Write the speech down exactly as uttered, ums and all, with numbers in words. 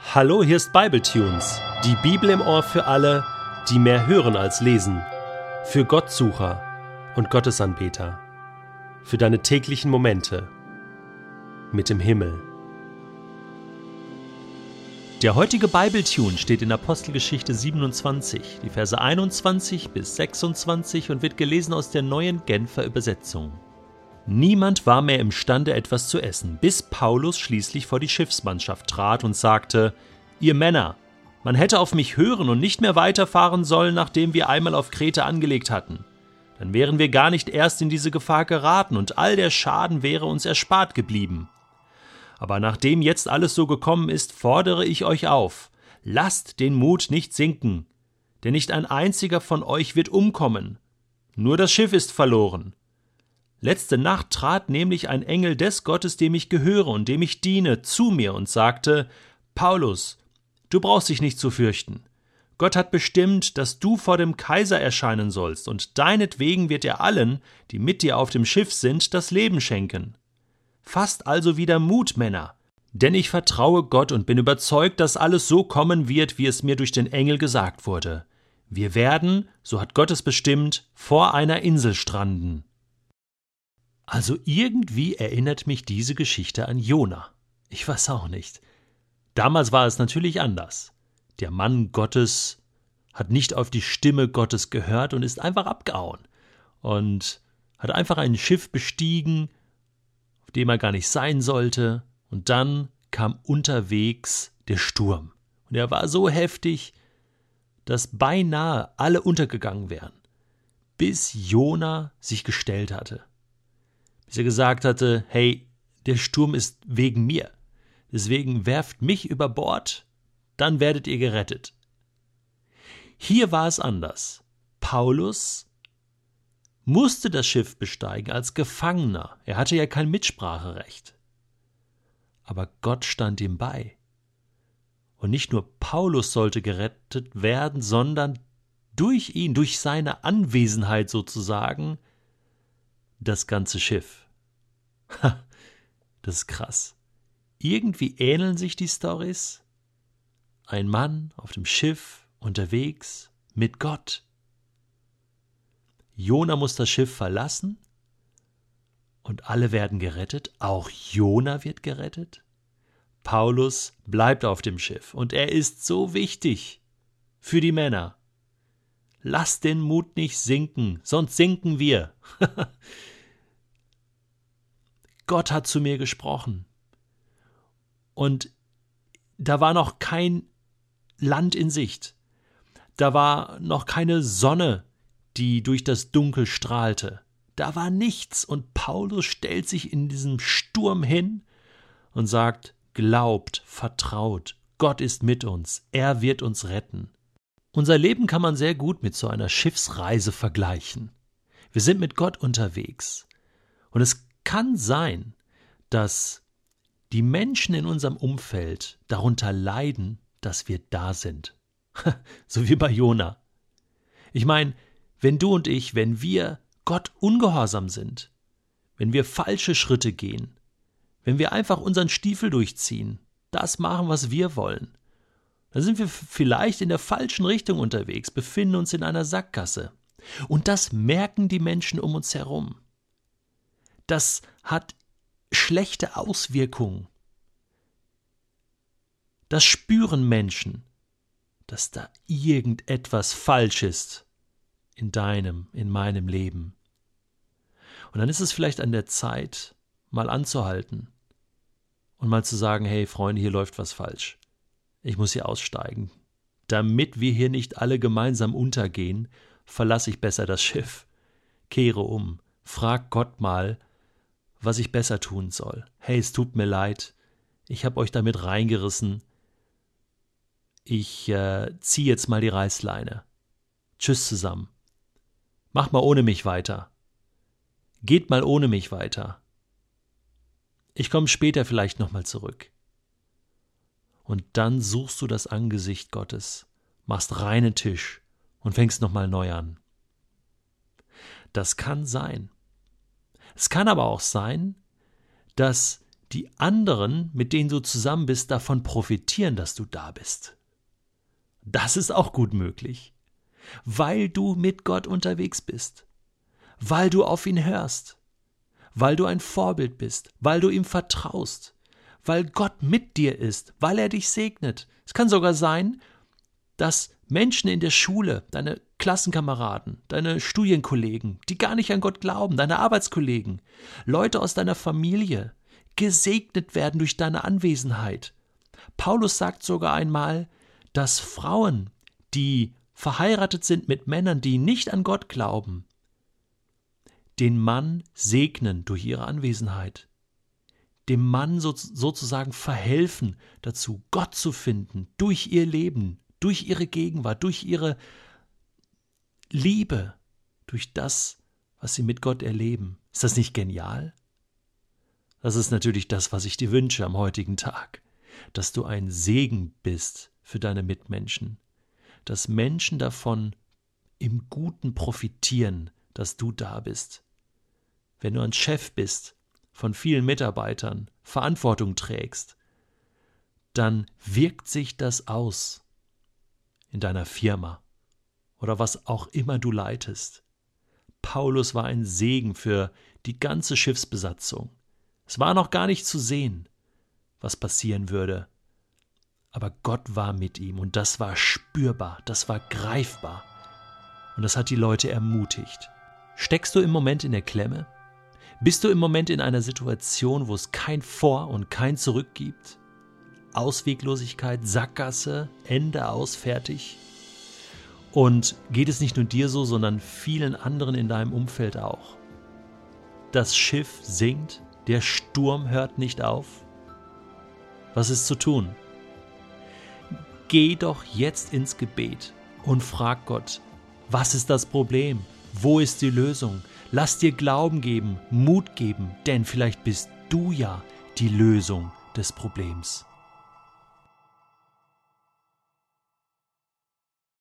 Hallo, hier ist Bibletunes, die Bibel im Ohr für alle, die mehr hören als lesen, für Gottsucher und Gottesanbeter, für deine täglichen Momente mit dem Himmel. Der heutige Bibletune steht in Apostelgeschichte siebenundzwanzig, die Verse einundzwanzig bis sechsundzwanzig und wird gelesen aus der neuen Genfer Übersetzung. Niemand war mehr imstande, etwas zu essen, bis Paulus schließlich vor die Schiffsmannschaft trat und sagte: Ihr Männer, man hätte auf mich hören und nicht mehr weiterfahren sollen, nachdem wir einmal auf Kreta angelegt hatten. Dann wären wir gar nicht erst in diese Gefahr geraten und all der Schaden wäre uns erspart geblieben. Aber nachdem jetzt alles so gekommen ist, fordere ich euch auf: Lasst den Mut nicht sinken, denn nicht ein einziger von euch wird umkommen. Nur das Schiff ist verloren. Letzte Nacht trat nämlich ein Engel des Gottes, dem ich gehöre und dem ich diene, zu mir und sagte: Paulus, du brauchst dich nicht zu fürchten. Gott hat bestimmt, dass du vor dem Kaiser erscheinen sollst, und deinetwegen wird er allen, die mit dir auf dem Schiff sind, das Leben schenken. Fasst also wieder Mut, Männer, denn ich vertraue Gott und bin überzeugt, dass alles so kommen wird, wie es mir durch den Engel gesagt wurde. Wir werden, so hat Gott es bestimmt, vor einer Insel stranden. Also irgendwie erinnert mich diese Geschichte an Jona. Ich weiß auch nicht. Damals war es natürlich anders. Der Mann Gottes hat nicht auf die Stimme Gottes gehört und ist einfach abgehauen und hat einfach ein Schiff bestiegen, auf dem er gar nicht sein sollte, und dann kam unterwegs der Sturm. Und er war so heftig, dass beinahe alle untergegangen wären, bis Jona sich gestellt hatte. Bis er gesagt hatte: Hey, der Sturm ist wegen mir, deswegen werft mich über Bord, dann werdet ihr gerettet. Hier war es anders. Paulus musste das Schiff besteigen als Gefangener. Er hatte ja kein Mitspracherecht. Aber Gott stand ihm bei. Und nicht nur Paulus sollte gerettet werden, sondern durch ihn, durch seine Anwesenheit sozusagen, das ganze Schiff. Ha, das ist krass. Irgendwie ähneln sich die Storys. Ein Mann auf dem Schiff, unterwegs, mit Gott. Jona muss das Schiff verlassen und alle werden gerettet. Auch Jona wird gerettet. Paulus bleibt auf dem Schiff und er ist so wichtig für die Männer. Lasst den Mut nicht sinken, sonst sinken wir. Gott hat zu mir gesprochen. Und da war noch kein Land in Sicht. Da war noch keine Sonne, die durch das Dunkel strahlte. Da war nichts. Und Paulus stellt sich in diesem Sturm hin und sagt: Glaubt, vertraut, Gott ist mit uns, er wird uns retten. Unser Leben kann man sehr gut mit so einer Schiffsreise vergleichen. Wir sind mit Gott unterwegs. Und es kann sein, dass die Menschen in unserem Umfeld darunter leiden, dass wir da sind. So wie bei Jona. Ich meine, wenn du und ich, wenn wir Gott ungehorsam sind, wenn wir falsche Schritte gehen, wenn wir einfach unseren Stiefel durchziehen, das machen, was wir wollen, dann sind wir vielleicht in der falschen Richtung unterwegs, befinden uns in einer Sackgasse. Und das merken die Menschen um uns herum. Das hat schlechte Auswirkungen. Das spüren Menschen, dass da irgendetwas falsch ist in deinem, in meinem Leben. Und dann ist es vielleicht an der Zeit, mal anzuhalten und mal zu sagen: Hey Freunde, hier läuft was falsch. Ich muss hier aussteigen. Damit wir hier nicht alle gemeinsam untergehen, verlasse ich besser das Schiff, kehre um, frag Gott mal, was ich besser tun soll. Hey, es tut mir leid, ich habe euch damit reingerissen. Ich äh, ziehe jetzt mal die Reißleine. Tschüss zusammen. Mach mal ohne mich weiter. Geht mal ohne mich weiter. Ich komme später vielleicht nochmal zurück. Und dann suchst du das Angesicht Gottes, machst reinen Tisch und fängst nochmal neu an. Das kann sein. Es kann aber auch sein, dass die anderen, mit denen du zusammen bist, davon profitieren, dass du da bist. Das ist auch gut möglich, weil du mit Gott unterwegs bist, weil du auf ihn hörst, weil du ein Vorbild bist, weil du ihm vertraust, weil Gott mit dir ist, weil er dich segnet. Es kann sogar sein, dass Menschen in der Schule, deine Klassenkameraden, deine Studienkollegen, die gar nicht an Gott glauben, deine Arbeitskollegen, Leute aus deiner Familie, gesegnet werden durch deine Anwesenheit. Paulus sagt sogar einmal, dass Frauen, die verheiratet sind mit Männern, die nicht an Gott glauben, den Mann segnen durch ihre Anwesenheit, dem Mann so, sozusagen verhelfen dazu, Gott zu finden, durch ihr Leben, durch ihre Gegenwart, durch ihre Liebe, durch das, was sie mit Gott erleben. Ist das nicht genial? Das ist natürlich das, was ich dir wünsche am heutigen Tag, dass du ein Segen bist für deine Mitmenschen, dass Menschen davon im Guten profitieren, dass du da bist. Wenn du ein Chef bist, von vielen Mitarbeitern, Verantwortung trägst, dann wirkt sich das aus in deiner Firma oder was auch immer du leitest. Paulus war ein Segen für die ganze Schiffsbesatzung. Es war noch gar nicht zu sehen, was passieren würde, aber Gott war mit ihm und das war spürbar, das war greifbar und das hat die Leute ermutigt. Steckst du im Moment in der Klemme? Bist du im Moment in einer Situation, wo es kein Vor und kein Zurück gibt? Ausweglosigkeit, Sackgasse, Ende aus, fertig? Und geht es nicht nur dir so, sondern vielen anderen in deinem Umfeld auch? Das Schiff sinkt, der Sturm hört nicht auf. Was ist zu tun? Geh doch jetzt ins Gebet und frag Gott, was ist das Problem? Wo ist die Lösung? Lass dir Glauben geben, Mut geben, denn vielleicht bist du ja die Lösung des Problems.